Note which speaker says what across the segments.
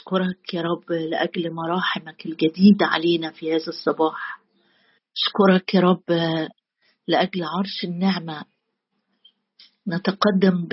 Speaker 1: أشكرك يا رب لأجل مراحمك الجديدة علينا في هذا الصباح. أشكرك يا رب لأجل عرش النعمة. نتقدم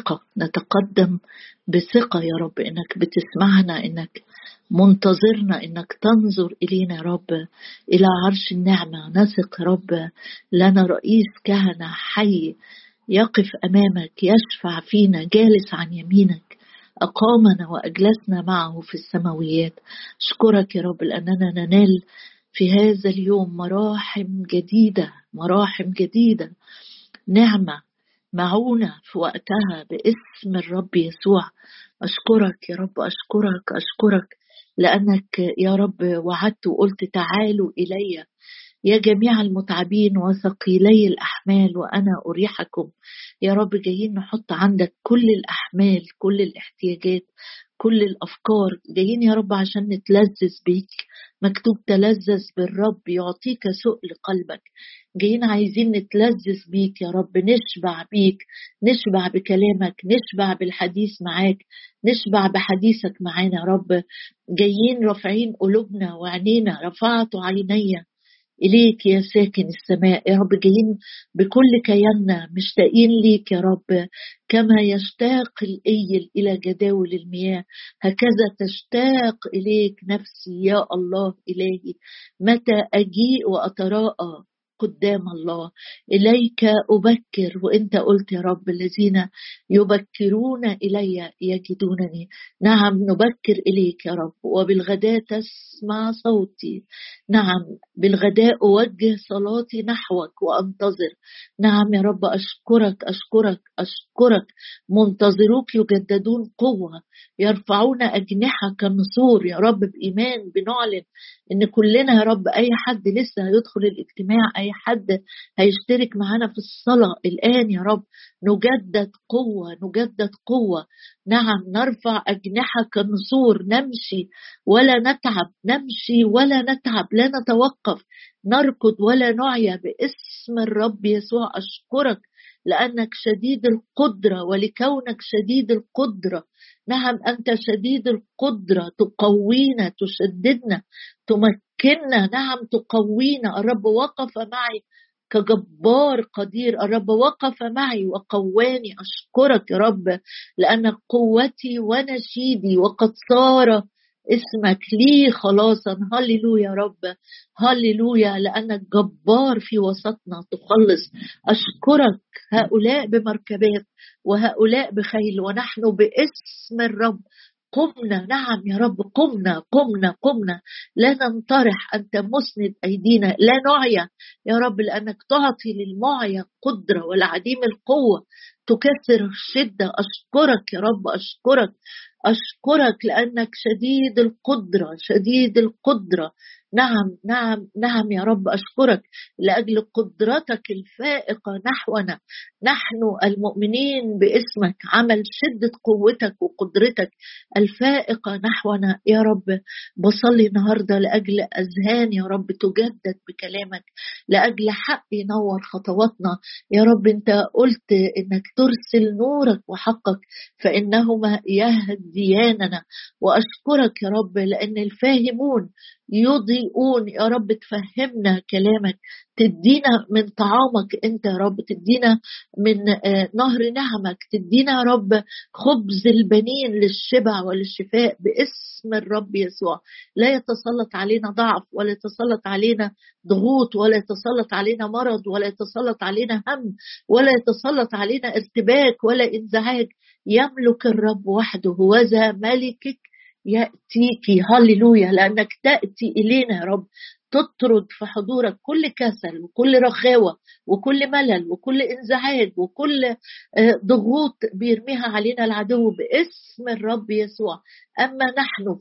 Speaker 1: بثقة يا رب إنك بتسمعنا، إنك منتظرنا، إنك تنظر إلينا يا رب إلى عرش النعمة. نثق يا رب لنا رئيس كهنة حي يقف أمامك، يشفع فينا، جالس عن يمينك، أقامنا وأجلسنا معه في السماويات. أشكرك يا رب لأننا ننال في هذا اليوم مراحم جديدة، نعمة معونة في وقتها باسم الرب يسوع. أشكرك يا رب، أشكرك لأنك يا رب وعدت وقلت تعالوا إلي يا جميع المتعبين وثقيلي الأحمال وأنا أريحكم. يا رب جايين نحط عندك كل الأحمال، كل الاحتياجات، كل الأفكار، جايين يا رب عشان نتلذذ بيك. مكتوب تلذذ بالرب يعطيك سؤل قلبك. جايين عايزين نتلذذ بيك يا رب، نشبع بيك، نشبع بكلامك، نشبع بالحديث معاك، نشبع بحديثك معانا يا رب. جايين رافعين قلوبنا وعينينا، رفعت عيني إليك يا ساكن السماء يا رب. جايين بكل كياننا مشتاقين ليك يا رب، كما يشتاق الإيل إلى جداول المياه هكذا تشتاق إليك نفسي يا الله إلهي. متى أجيء وأتراءى قدام الله إليك أبكر، وإنت قلت يا رب الذين يبكرون إلي يجدونني. نعم نبكر إليك يا رب، وبالغداء تسمع صوتي. نعم بالغداء أوجه صلاتي نحوك وأنتظر. نعم يا رب أشكرك. منتظروك يجددون قوة، يرفعون أجنحة كالنسور. يا رب بإيمان بنعلن إن كلنا يا رب، أي حد لسه هيدخل الاجتماع، أي حد هيشترك معنا في الصلاة الآن يا رب، نجدد قوة. نعم نرفع أجنحة كالنسور، نمشي ولا نتعب، لا نتوقف، نركض ولا نعيا باسم الرب يسوع. أشكرك لأنك شديد القدرة، ولكونك شديد القدرة. نعم أنت شديد القدرة، تقوينا، تشددنا، تمكننا. نعم تقوينا. الرب وقف معي كجبار قدير، الرب وقف معي وقواني. أشكرك يا رب لأنك قوتي ونشيدي، وقد صار اسمك لي خلاصا. هللويا يا رب، هللويا لأنك جبار في وسطنا تخلص. أشكرك. هؤلاء بمركبات وهؤلاء بخيل، ونحن باسم الرب قمنا. نعم يا رب قمنا لا ننطرح. أنت مسند أيدينا، لا نعيا يا رب، لأنك تعطي للمعيا قدرة والعديم القوة تكسر الشدة. أشكرك يا رب، أشكرك لأنك شديد القدرة. نعم يا رب. أشكرك لأجل قدرتك الفائقة نحونا نحن المؤمنين باسمك، عمل شدة قوتك وقدرتك الفائقة نحونا يا رب. بصلي النهاردة لأجل أذهان يا رب تجدد بكلامك، لأجل حق ينور خطواتنا يا رب. انت قلت انك ترسل نورك وحقك فإنهما يهدياننا. وأشكرك يا رب لأن الفاهمون يضيئون يا رب. تفهمنا كلامك، تدينا من طعامك انت يا رب، تدينا من نهر نعمك، تدينا يا رب خبز البنين للشبع وللشفاء باسم الرب يسوع. لا يتسلط علينا ضعف، ولا يتسلط علينا ضغوط، ولا يتسلط علينا مرض، ولا يتسلط علينا هم، ولا يتسلط علينا ارتباك ولا انزعاج. يملك الرب وحده، وذا ملكك يأتيك. هللويا لأنك تأتي إلينا يا رب، تطرد في حضورك كل كسل وكل رخاوة وكل ملل وكل انزعاج وكل ضغوط بيرميها علينا العدو باسم الرب يسوع. أما نحن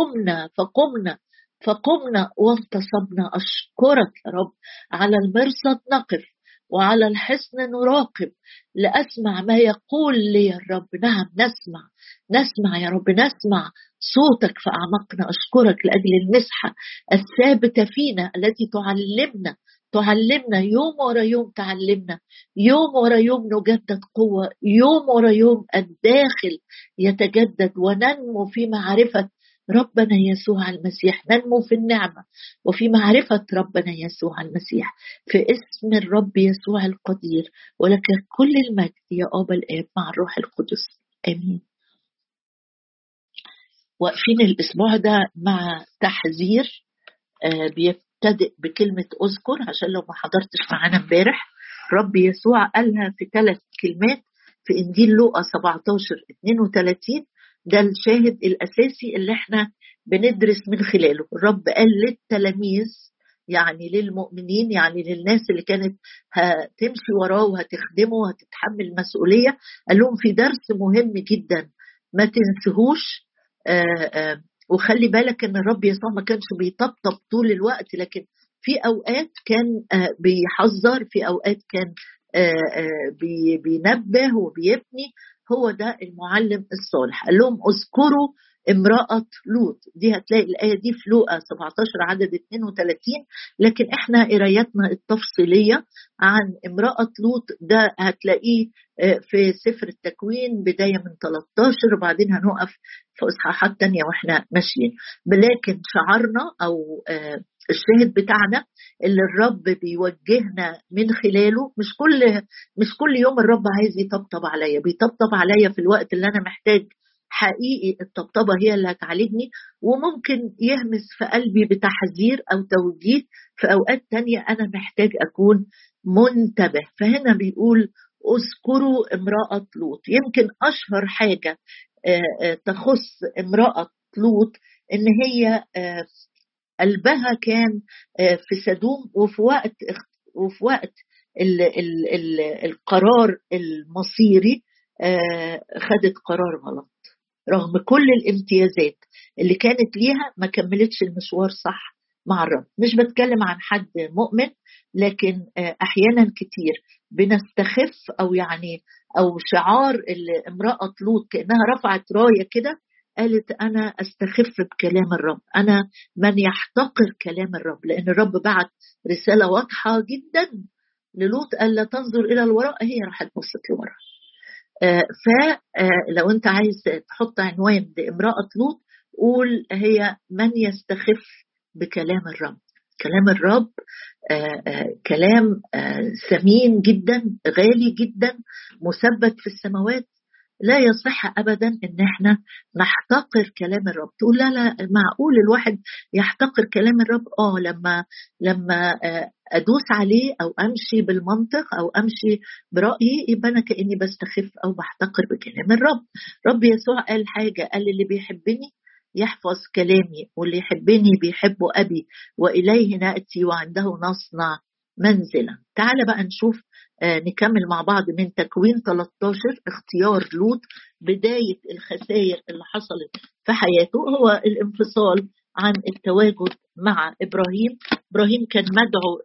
Speaker 1: فقمنا وانتصبنا. أشكرك يا رب. على المرصد نقف وعلى الحصن نراقب لأسمع ما يقول لي الرب. نعم نسمع يا رب، نسمع صوتك في أعماقنا. أشكرك لأجل المسحة الثابتة فينا التي تعلمنا يوم ورا يوم، تعلمنا يوم ورا يوم، نجدد قوة يوم ورا يوم. الداخل يتجدد وننمو في معرفة ربنا يسوع المسيح، ننمو في النعمة وفي معرفة ربنا يسوع المسيح في اسم الرب يسوع القدير. ولك كل المجد يا أبا الآب مع الروح القدس، آمين. واقفين الأسبوع ده مع تحذير بيبتدئ بكلمة أذكر، عشان لو ما حضرتش معانا امبارح رب يسوع قالها في 3 كلمات في إنجيل لوقا 17:32. ده الشاهد الأساسي اللي احنا بندرس من خلاله. الرب قال للتلاميذ، يعني للمؤمنين، يعني للناس اللي كانت هتمشي وراه وهتخدمه وهتتحمل مسؤولية، قال لهم في درس مهم جدا ما تنسهوش. وخلي بالك ان الرب يسوع ما كانش بيطبطب طول الوقت، لكن في اوقات كان بيحذر، في اوقات كان بينبه وبيبني. هو ده المعلم الصالح. قال لهم اذكروا امرأة لوط. دي هتلاقي الآية دي في لوقا 17 عدد 32، لكن احنا قرايتنا التفصيلية عن امرأة لوط ده هتلاقيه في سفر التكوين بداية من 13، وبعدين هنقف في إصحاحات تانية واحنا ماشيين. لكن شعارنا أو الشاهد بتاعنا اللي الرب بيوجهنا من خلاله، مش كل يوم الرب عايز يطبطب عليا، بيطبطب عليا في الوقت اللي أنا محتاج حقيقي الطبطبة هي اللي هتعالجني، وممكن يهمس في قلبي بتحذير أو توجيه في أوقات تانية أنا محتاج أكون منتبه. فهنا بيقول اذكروا امرأة لوط. يمكن أشهر حاجة تخص امرأة لوط إن هي قلبها كان في سدوم، وفي وقت القرار المصيري خدت قرار غلط. رغم كل الامتيازات اللي كانت ليها ما كملتش المشوار صح مع الرب. مش بتكلم عن حد مؤمن، لكن احيانا كتير بنستخف او شعار امرأة لوط كأنها رفعت راية كده، قالت أنا أستخف بكلام الرب، أنا من يحتقر كلام الرب، لأن الرب بعت رسالة واضحة جدا للوط ألا تنظر إلى الوراء، هي راحت بصت لورا. فلو أنت عايز تحط عنوان لامرأة لوط قول هي من يستخف بكلام الرب. كلام الرب كلام ثمين جدا، غالي جدا، مثبت في السماوات. لا يصح ابدا ان احنا نحتقر كلام الرب. تقول لا معقول الواحد يحتقر كلام الرب؟ لما ادوس عليه او امشي بالمنطق او امشي برايي يبقى انا كاني بستخف او بحتقر بكلام الرب. رب يسوع قال حاجه، قال اللي بيحبني يحفظ كلامي، واللي يحبني بيحب ابي واليه ناتي وعنده نصنع منزلا. تعال بقى نشوف نكمل مع بعض من تكوين 13 اختيار لوط. بداية الخسائر اللي حصلت في حياته هو الانفصال عن التواجد مع إبراهيم كان مدعو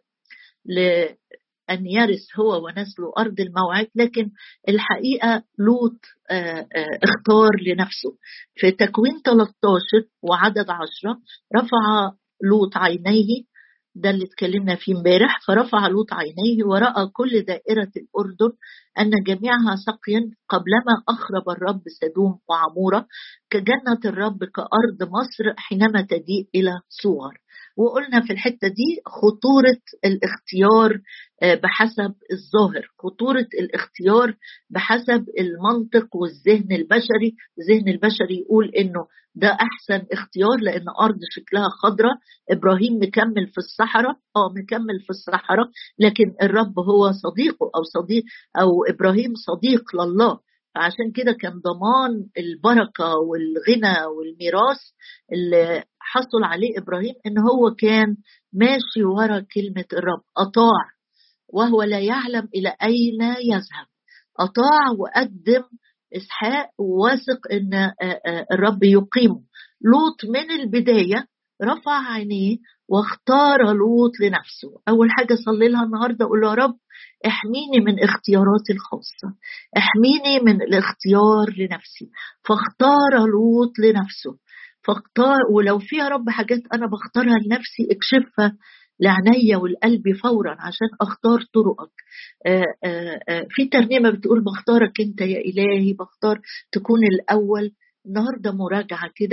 Speaker 1: أن يرث هو ونسله أرض الموعد، لكن الحقيقة لوط اختار لنفسه. في تكوين 13 وعدد 10 رفع لوط عينيه، ده اللي اتكلمنا فيه امبارح. فرفع لوط عينيه ورأى كل دائرة الأردن أن جميعها سقي قبلما أخرب الرب سدوم وعمورة، كجنة الرب كأرض مصر حينما تضيء إلى صور. وقلنا في الحتة دي خطورة الاختيار بحسب الظاهر، خطورة الاختيار بحسب المنطق والذهن البشري. الذهن البشري يقول إنه ده أحسن اختيار لأن أرض شكلها خضرة. إبراهيم مكمل في الصحراء، مكمل في الصحراء، لكن الرب هو صديقه أو إبراهيم صديق لله. فعشان كده كان ضمان البركة والغنى والميراث اللي حصل عليه إبراهيم إن هو كان ماشي ورا كلمة الرب، أطاع وهو لا يعلم إلى أين يذهب. أطاع وقدم إسحاق واثق إن الرب يقيمه. لوط من البداية رفع عينيه واختار لوط لنفسه. أول حاجة صلي لها النهاردة قول له يا رب احميني من اختياراتي الخاصة، احميني من الاختيار لنفسي. فاختار لوط لنفسه، ولو فيها رب حاجات أنا بختارها لنفسي اكشفها لعنيا والقلب فورا عشان أختار طرقك. في ترنيمة بتقول بختارك أنت يا إلهي، بختار تكون الأول. النهاردة مراجعة كده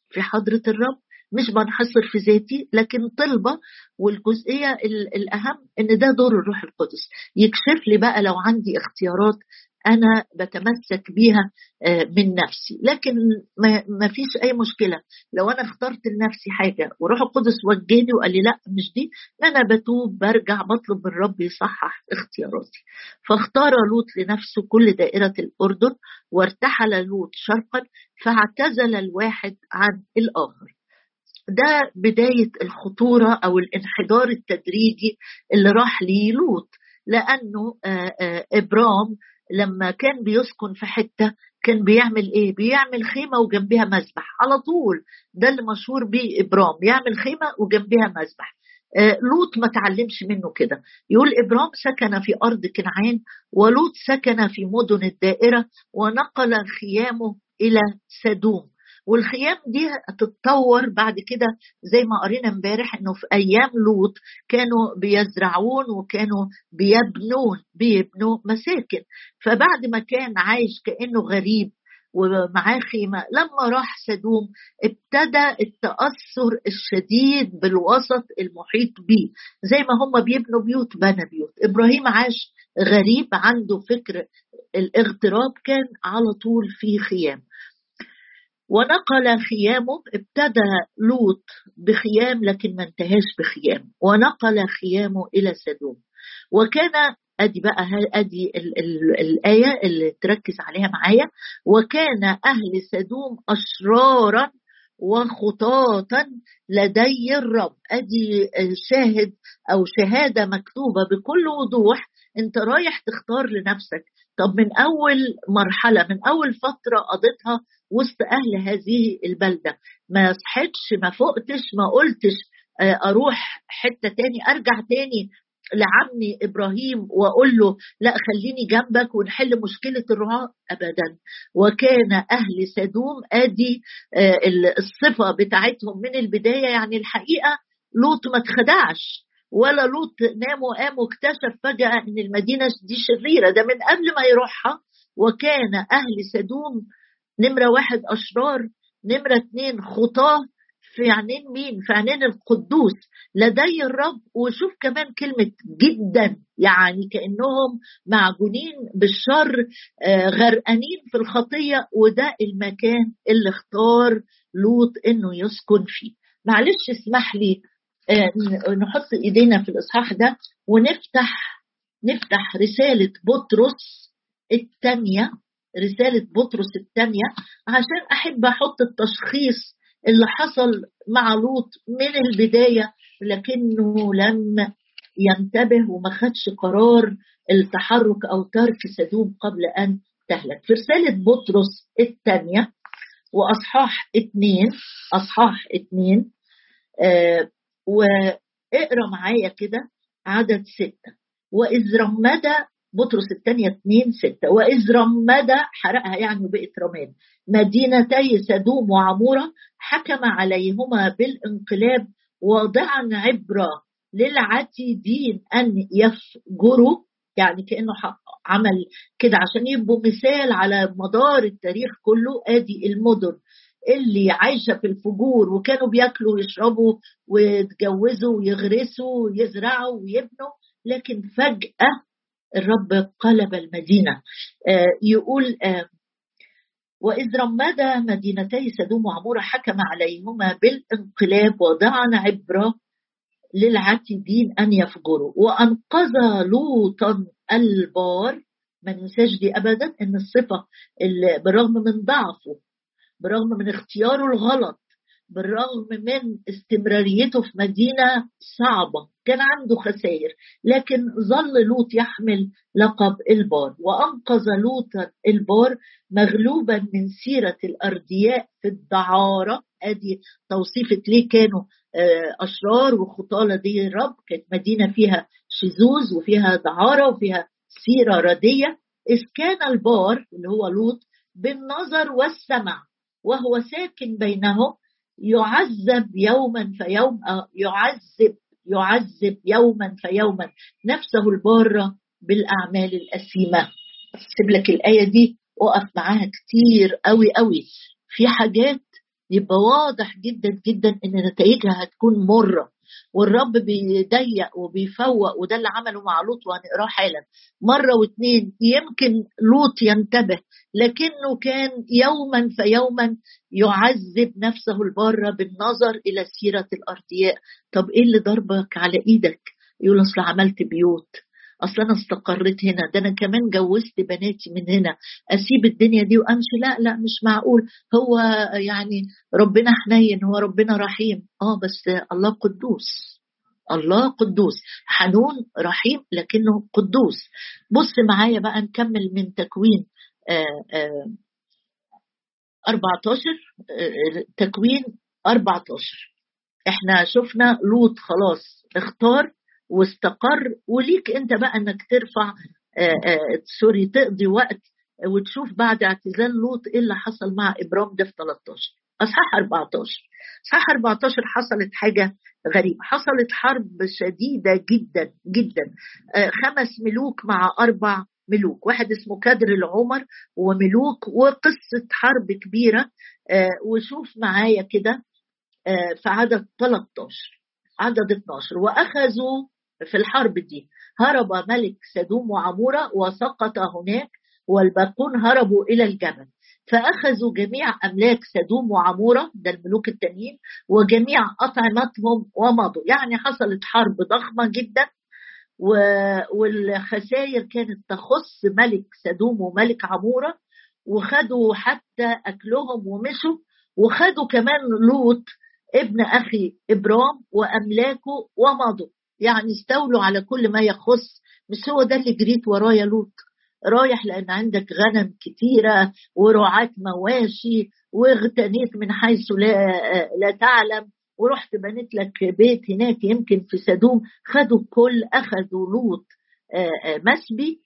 Speaker 1: في حضرة الرب، مش بنحصر في ذاتي لكن طلبة. والجزئية الأهم إن ده دور الروح القدس، يكشف لي بقى لو عندي اختيارات أنا بتمسك بيها من نفسي. لكن ما فيش أي مشكلة لو أنا اخترت لنفسي حاجة وروح القدس وجهني وقال لي لا مش دي، أنا بتوب برجع بطلب من الرب يصحح اختياراتي. فاختار لوط لنفسه كل دائرة الأردن، وارتحل لوط شرقا، فاعتزل الواحد عن الآخر. ده بداية الخطورة أو الانحدار التدريجي اللي راح ليه لوط. لأنه إبرام لما كان بيسكن في حتة كان بيعمل إيه؟ بيعمل خيمة وجنبها مذبح على طول. ده اللي مشهور بيه إبرام، يعمل خيمة وجنبها مذبح. لوط ما تعلمش منه كده. يقول إبرام سكن في أرض كنعان، ولوط سكن في مدن الدائرة، ونقل خيامه إلى سدوم. والخيام دي هتتطور بعد كده زي ما قرينا امبارح انه في ايام لوط كانوا بيزرعون وكانوا بيبنوا مساكن. فبعد ما كان عايش كأنه غريب ومعاه خيمة، لما راح سدوم ابتدى التأثر الشديد بالوسط المحيط به. زي ما هم بيبنوا بيوت بنى بيوت. إبراهيم عاش غريب، عنده فكر الاغتراب، كان على طول في خيام. ونقل خيامه، ابتدى لوط بخيام لكن ما انتهاش بخيام، ونقل خيامه إلى سدوم. وكان أدي بقى أدي الآية اللي تركز عليها معايا: وكان أهل سدوم أشرارا وخطاطا لدي الرب. أدي شاهد أو شهادة مكتوبة بكل وضوح. أنت رايح تختار لنفسك. طب من أول مرحلة، من أول فترة قضيتها وسط أهل هذه البلدة، ما صحتش، ما فقتش، ما قلتش أروح حتة تاني، أرجع تاني لعمي إبراهيم وأقول له لا خليني جنبك ونحل مشكلة الرعاة؟ أبدا. وكان أهل سدوم، أدي الصفة بتاعتهم من البداية. يعني الحقيقة لوط ما تخدعش، ولا لوط نام وقام واكتشف فجأة ان المدينة دي شريرة. ده من قبل ما يروحها. وكان أهل سدوم نمرة 1 أشرار، نمرة 2 خطاة في عينين مين؟ في عينين القدوس لدي الرب. وشوف كمان كلمة جدا، يعني كأنهم معجونين بالشر، غرقانين في الخطية. وده المكان اللي اختار لوط انه يسكن فيه. معلش اسمح لي نحط ايدينا في الاصحاح ده ونفتح رسالة بطرس الثانية، رسالة بطرس الثانية، عشان أحب أحط التشخيص اللي حصل مع لوط من البداية، لكنه لم ينتبه وما خدش قرار التحرك أو ترك سدوم قبل أن تهلك. في رسالة بطرس الثانية وأصحاح 2، أصحاح 2 واقرأ معايا كده عدد 6: وإذ رمد، بطرس الثانية 2:6: وإذ رمد، حرقها يعني وبقت رماد، مدينتي سدوم وعمورة، حكم عليهما بالانقلاب، واضعا عبرة للعتيدين أن يفجروا. يعني كأنه عمل كده عشان يبقوا مثال على مدار التاريخ كله. آدي المدن اللي عايشة في الفجور، وكانوا بيأكلوا ويشربوا ويتجوزوا ويغرسوا ويزرعوا ويبنوا، لكن فجأة الرب قلب المدينة. يقول وإذ رمد مدينتي سدوم وعمورة حكم عليهما بالانقلاب، وضعن عبرة للعتيدين أن يفجروا، وأنقذ لوطا البار. ما ننساش دي أبدا، إن الصفة اللي بالرغم من ضعفه، بالرغم من اختياره الغلط، بالرغم من استمراريته في مدينة صعبة كان عنده خسائر، لكن ظل لوط يحمل لقب البار. وأنقذ لوط البار مغلوبا من سيرة الأردياء في الدعارة. أدي توصيفة ليه كانوا أشرار وخطالة دي الرب. كانت مدينة فيها شذوذ وفيها دعارة وفيها سيرة ردية. إذ كان البار اللي هو لوط بالنظر والسمع، وهو ساكن بينهم، يعذب يوما فيوم، يعذب يوما فيوما نفسه البارة بالأعمال الأثيمة. سيب لك الآية دي وقف معاها كتير قوي قوي. في حاجات يبقى واضح جدا جدا ان نتائجها هتكون مرة. والرب بيضيق وبيفوق، وده اللي عمله مع لوط وهنقراه حالا مرة واتنين. يمكن لوط ينتبه، لكنه كان يوما فيوما يعذب نفسه البارة بالنظر إلى سيرة الأرضياء. طب إيه اللي ضربك على إيدك؟ يقول أصل عملت بيوت، أصل أنا استقريت هنا، ده أنا كمان جوزت بناتي من هنا، أسيب الدنيا دي وأمشي؟ لا لا، مش معقول. هو يعني ربنا حنين، هو ربنا رحيم، بس الله قدوس. الله قدوس، حنون رحيم لكنه قدوس. بص معايا بقى نكمل من تكوين 14. تكوين 14 احنا شفنا لوط خلاص اختار واستقر، وليك انت بقى انك ترفع سوري تقضي وقت وتشوف بعد اعتزال لوط ايه اللي حصل مع ابرام. ده في 13 اصحاح 14. اصحاح 14 حصلت حاجه غريبه، حصلت حرب شديده جدا جدا. 5 ملوك مع 4 ملوك، واحد اسمه كدر العمر وملوك، وقصه حرب كبيره. وشوف معايا كده في عدد 13 عدد 12. وأخذوا في الحرب دي، هرب ملك سدوم وعمورة وسقط هناك، والباقون هربوا إلى الجبل. فأخذوا جميع أملاك سدوم وعمورة، ده الملوك التانيين، وجميع أطعمتهم ومضوا. يعني حصلت حرب ضخمة جدا، والخسائر كانت تخص ملك سدوم وملك عمورة، وخدوا حتى أكلهم ومشوا، وخدوا كمان لوط ابن أخي إبرام وأملاكه ومضوا. يعني استولوا على كل ما يخص. مش هو ده اللي جريت وراه يا لوط؟ رايح لأن عندك غنم كتيرة ورعاة مواشي، واغتنيت من حيث لا تعلم، ورحت بنيت لك بيت هناك يمكن في سدوم. خدوا كل، أخذوا لوط مسبي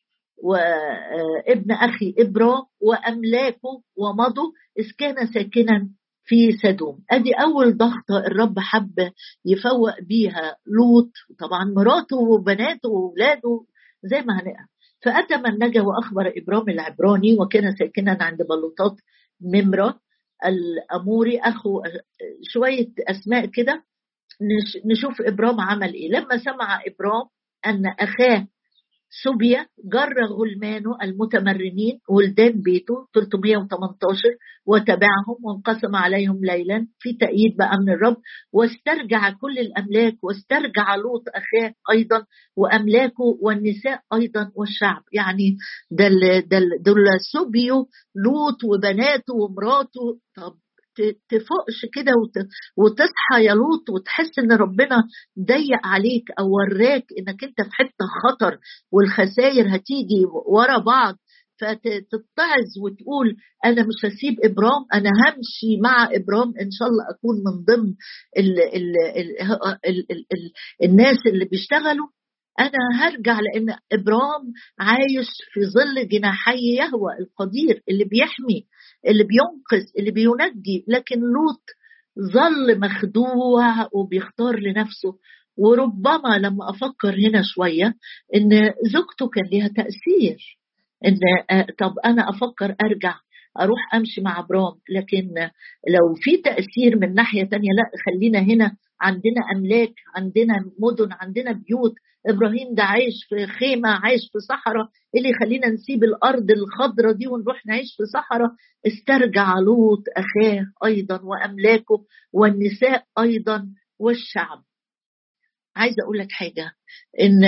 Speaker 1: وابن أخي إبرام وأملاكه ومضوا، إذ كان ساكنا في سدوم. أدي أول ضغطة الرب حب يفوق بيها لوط، طبعا مراته وبناته وولاده زي ما هنقرأ. فأتى من نجا وأخبر إبرام العبراني، وكان ساكنا عند بلوطات ممرة الأموري أخو. شوية أسماء كده نشوف إبرام عمل إيه. لما سمع إبرام أن أخاه سوبيا جر غلمانه المتمرنين ولدان بيته 318 وتبعهم وانقسم عليهم ليلا في تأييد بقى من الرب، واسترجع كل الأملاك، واسترجع لوط أخاه أيضا وأملاكه والنساء أيضا والشعب. يعني دول سوبيو لوط وبناته ومراته. طب تفوقش كده وتصحى يا لوط وتحس ان ربنا ضيق عليك او وراك انك انت في حته خطر والخسائر هتيجي ورا بعض، فتتعظ وتقول انا مش هسيب ابرام، انا همشي مع ابرام ان شاء الله اكون من ضمن ال ال ال ال ال ال الناس اللي بيشتغلوا. أنا هرجع لأن إبرام عايش في ظل جناحي يهوه القدير اللي بيحمي، اللي بينقذ، اللي بينجي. لكن لوط ظل مخدوع وبيختار لنفسه. وربما لما أفكر هنا شوية إن زوجته كان لها تأثير، إن طب أنا أفكر أرجع أروح أمشي مع إبرام، لكن لو في تأثير من ناحية تانية لا، خلينا هنا، عندنا أملاك، عندنا مدن، عندنا بيوت. إبراهيم ده عايش في خيمة، عايش في صحراء، اللي يخلينا نسيب الأرض الخضرة دي ونروح نعيش في صحراء؟ استرجع لوط أخاه أيضا وأملاكه والنساء أيضا والشعب. عايزة أقول لك حاجة، إن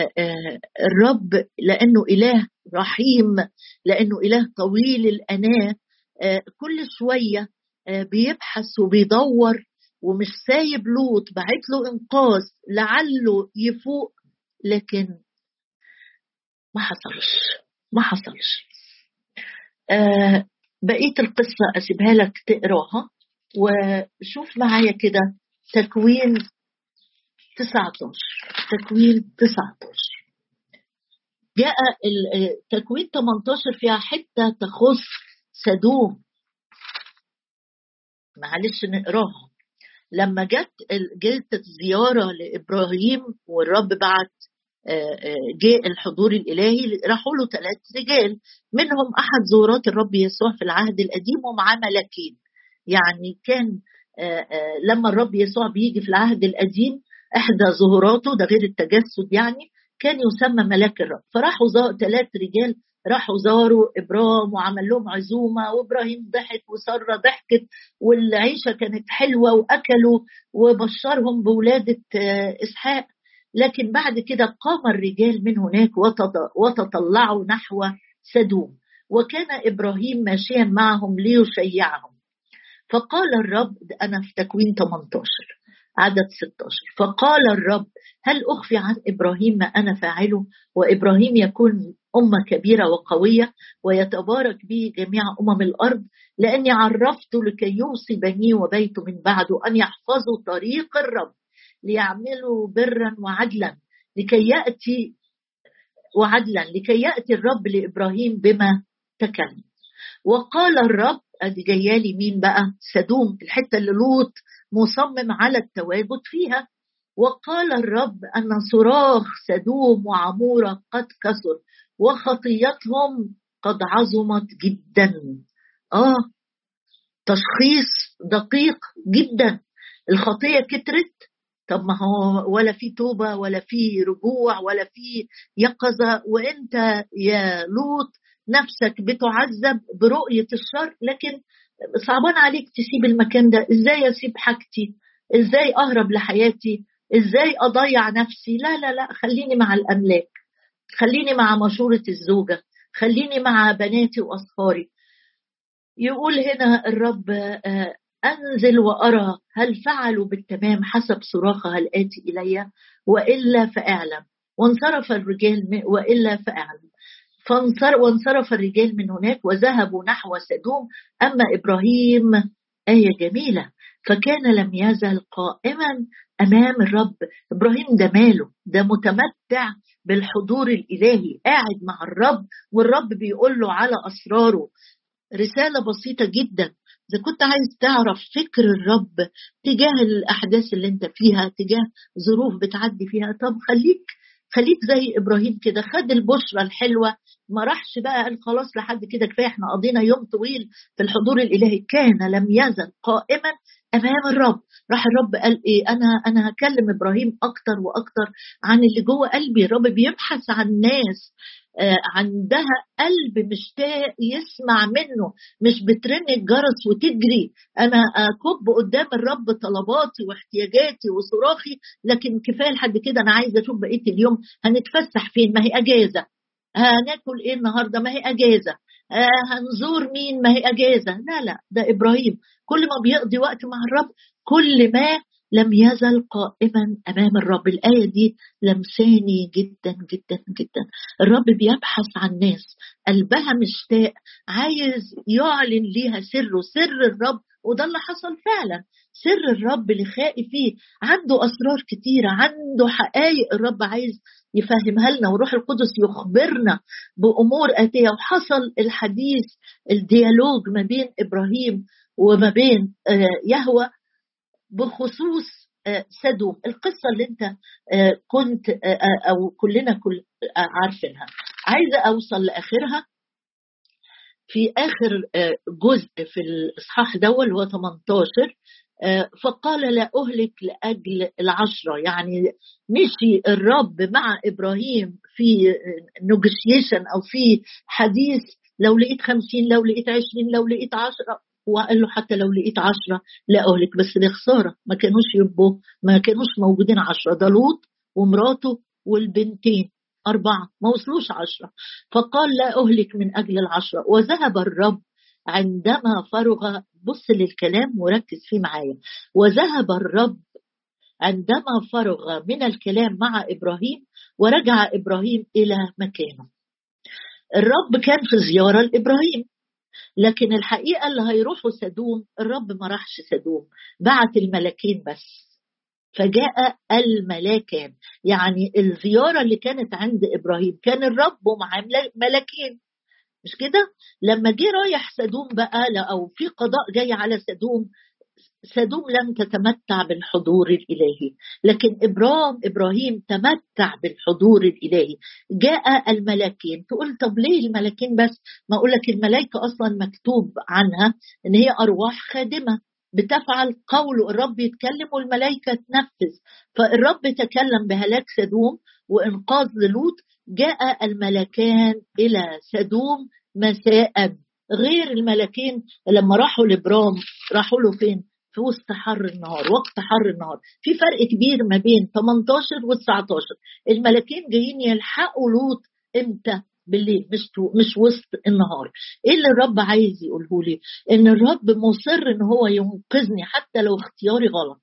Speaker 1: الرب لأنه إله رحيم، لأنه إله طويل الأناة، كل شوية بيبحث وبيدور، ومش سايب لوط، بعت له إنقاذ لعله يفوق، لكن ما حصلش. بقية القصة أسيبها لك تقراها، وشوف معايا كده تكوين 19 جاء تكوين 18 فيها حتة تخص سدوم، معلش نقراها. لما جت زيارة لإبراهيم والرب بعت جاء الحضور الإلهي، راحوا له 3 رجال، منهم أحد زورات الرب يسوع في العهد القديم ومعاه ملكين. يعني كان لما الرب يسوع بيجي في العهد القديم احدى ظهوراته ده غير التجسد يعني كان يسمى ملاك الرب. فراحوا 3 رجال راحوا زاروا ابرام وعمل لهم عزومه، وابراهيم ضحك وساره ضحكت والعيشه كانت حلوه واكلوا وبشرهم بولاده اسحاق. لكن بعد كده قام الرجال من هناك وتطلعوا نحو سدوم، وكان ابراهيم ماشيا معهم ليشيعهم. فقال الرب، أنا في تكوين 18 عدد 16، فقال الرب هل أخفي عن إبراهيم ما أنا فاعله، وإبراهيم يكون أمة كبيرة وقوية ويتبارك به جميع الأرض، لأني عرفت لكي يوصي بني وبيته من بعده أن يحفظوا طريق الرب ليعملوا برا وعدلا لكي يأتي الرب لإبراهيم بما تكلم. وقال الرب، ادي جايالي مين بقى؟ سدوم، الحته اللي لوط مصمم على التواجد فيها. وقال الرب ان صراخ سدوم وعموره قد كثر وخطيتهم قد عظمت جدا. تشخيص دقيق جدا، الخطيه كترت. طب ما هو ولا في توبه ولا في رجوع ولا في يقظه، وانت يا لوط نفسك بتعذب برؤية الشر، لكن صعبان عليك تسيب المكان ده. ازاي اسيب حاجتي؟ ازاي اهرب لحياتي؟ ازاي اضيع نفسي؟ لا لا لا، خليني مع الاملاك، خليني مع مشورة الزوجة، خليني مع بناتي واصهاري. يقول هنا الرب انزل وارى هل فعلوا بالتمام حسب صراخها الاتي الي، والا فاعلم. وانصرف الرجال والا فاعلم. وانصرف الرجال من هناك وذهبوا نحو سدوم. أما إبراهيم، آية جميلة، فكان لم يزل قائما أمام الرب. إبراهيم ده ماله؟ ده متمتع بالحضور الإلهي، قاعد مع الرب والرب بيقول له على أسراره. رسالة بسيطة جدا، إذا كنت عايز تعرف فكر الرب تجاه الأحداث اللي انت فيها، تجاه ظروف بتعدي فيها، طب خليك زي إبراهيم كده، خد البشرة الحلوة، ما راحش بقى قال خلاص لحد كده كفاية، احنا قضينا يوم طويل في الحضور الإلهي. كان لم يزل قائما أمام الرب. راح الرب قال إيه؟ أنا هكلم إبراهيم أكتر وأكتر عن اللي جوه قلبي. الرب بيبحث عن ناس عندها قلب مشتاق يسمع منه، مش بترن الجرس وتجري انا اكب قدام الرب طلباتي واحتياجاتي وصراخي، لكن كفايه لحد كده، انا عايزه اشوف بقيه اليوم هنتفسح فين، ما هي اجازه، هناكل ايه النهارده، ما هي اجازه، هنزور مين، ما هي اجازه. لا لا، ده ابراهيم كل ما بيقضي وقت مع الرب كل ما لم يزل قائما امام الرب. الايه دي لمساني جدا جدا جدا. الرب بيبحث عن ناس قلبها مشتاق، عايز يعلن ليها سره، سر الرب. وده اللي حصل فعلا. سر الرب لخائفيه، عنده اسرار كتيره، عنده حقائق الرب عايز يفهمها لنا، وروح القدس يخبرنا بامور اتيه. وحصل الحديث، الديالوج ما بين ابراهيم وما بين يهوه بخصوص سدوم، القصة اللي انت كنت او كلنا عارفينها. عايزة اوصل لاخرها في اخر جزء في الاصحاح دول هو 18. فقال لا أهلك لأجل 10. يعني مشي الرب مع إبراهيم في نوجيشن أو في حديث، لو لقيت 50، لو لقيت 20، لو لقيت 10. وقال له حتى لو لقيت 10 لا أهلك. بس دي خسارة، ما كانوش موجودين 10، ده لوط ومراته والبنتين 4، ما وصلوش 10. فقال لا أهلك من أجل 10. وذهب الرب عندما فرغ، بص للكلام وركز فيه معايا. وذهب الرب عندما فرغ من الكلام مع إبراهيم ورجع إبراهيم إلى مكانه. الرب كان في زيارة لإبراهيم، لكن الحقيقة اللي هيروحوا سدوم الرب ما راحش سدوم، بعت الملكين بس. فجاء الملاكان، يعني الزيارة اللي كانت عند إبراهيم كان الرب ومعاه ملكين، مش كده؟ لما جه رايح سدوم بقى، او في قضاء جاي على سدوم، سدوم لم تتمتع بالحضور الإلهي، لكن إبراهيم تمتع بالحضور الإلهي. جاء الملاكين. تقول طب ليه الملاكين بس؟ ما أقولك الملائكة أصلا مكتوب عنها إن هي أرواح خادمة بتفعل قول الرب، يتكلم والملائكة تنفذ. فالرب تكلم بهلاك سدوم وإنقاذ لوط. جاء الملكان إلى سدوم مساء، غير الملكين لما راحوا لإبرام راحوا له فين؟ في وسط حر النهار، وقت حر النهار. في فرق كبير ما بين 18 و 19. الملكين جايين يلحقوا لوط امتى؟ بالليل، مش وسط النهار. ايه اللي الرب عايز يقوله لي؟ ان الرب مصر ان هو ينقذني حتى لو اختياري غلط،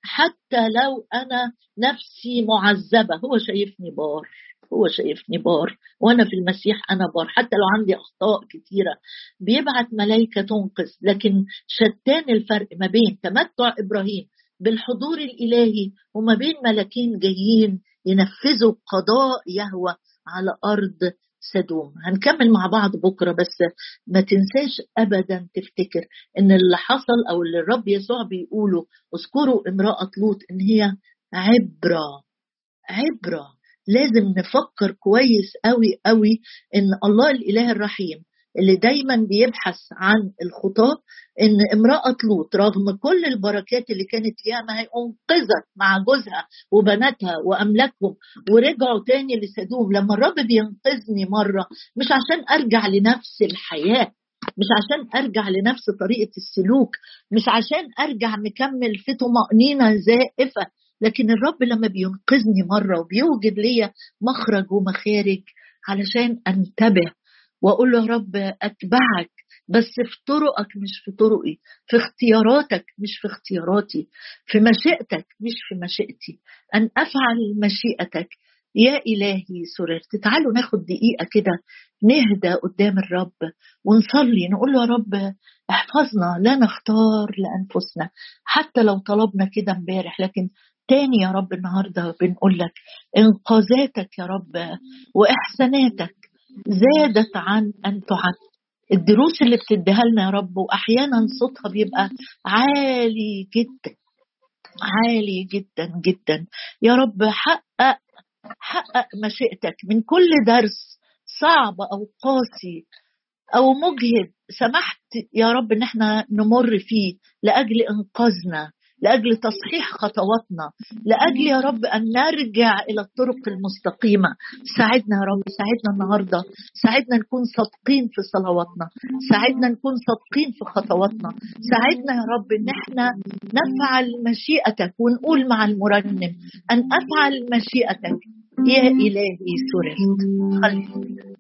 Speaker 1: حتى لو انا نفسي معذبة. هو شايفني بار، هو شايفني بار، وانا في المسيح انا بار، حتى لو عندي اخطاء كتيرة بيبعت ملائكة تنقذ. لكن شتان الفرق ما بين تمتع ابراهيم بالحضور الالهي وما بين ملاكين جايين ينفذوا قضاء يهوه على ارض سدوم. هنكمل مع بعض بكرة، بس ما تنساش أبدا تفتكر إن اللي حصل أو اللي الرب يسوع بيقوله اذكروا امرأة لوط إن هي عبرة. عبرة. لازم نفكر كويس قوي قوي إن الله الإله الرحيم اللي دايما بيبحث عن الخطاة، إن امرأة لوط رغم كل البركات اللي كانت ليها ما هي أنقذت مع جوزها وبناتها وأملاكهم ورجعوا تاني لسدوم. لما الرب بينقذني مرة مش عشان أرجع لنفس الحياة، مش عشان أرجع لنفس طريقة السلوك، مش عشان أرجع مكمل في طمأنينة زائفة، لكن الرب لما بينقذني مرة وبيوجد لي مخرج ومخارج علشان أنتبه وأقول له يا رب أتبعك، بس في طرقك مش في طرقي، في اختياراتك مش في اختياراتي، في مشيئتك مش في مشيئتي، أن أفعل مشيئتك يا إلهي سررت. تعالوا ناخد دقيقة كده نهدى قدام الرب ونصلي، نقول له يا رب احفظنا لا نختار لأنفسنا، حتى لو طلبنا كده امبارح. لكن تاني يا رب النهاردة بنقول لك انقاذاتك يا رب وإحساناتك زادت عن أن تعد. الدروس اللي بتديها لنا يا رب وأحيانا صوتها بيبقى عالي جدا، عالي جدا جدا. يا رب حقق مشيئتك من كل درس صعب أو قاسي أو مجهد سمحت يا رب إن احنا نمر فيه لأجل إنقاذنا، لأجل تصحيح خطواتنا، لأجل يا رب أن نرجع إلى الطرق المستقيمة. ساعدنا يا رب، ساعدنا النهاردة، ساعدنا نكون صادقين في صلواتنا، ساعدنا نكون صادقين في خطواتنا، ساعدنا يا رب إن احنا نفعل مشيئتك ونقول مع المرنم أن أفعل مشيئتك يا إلهي سررت.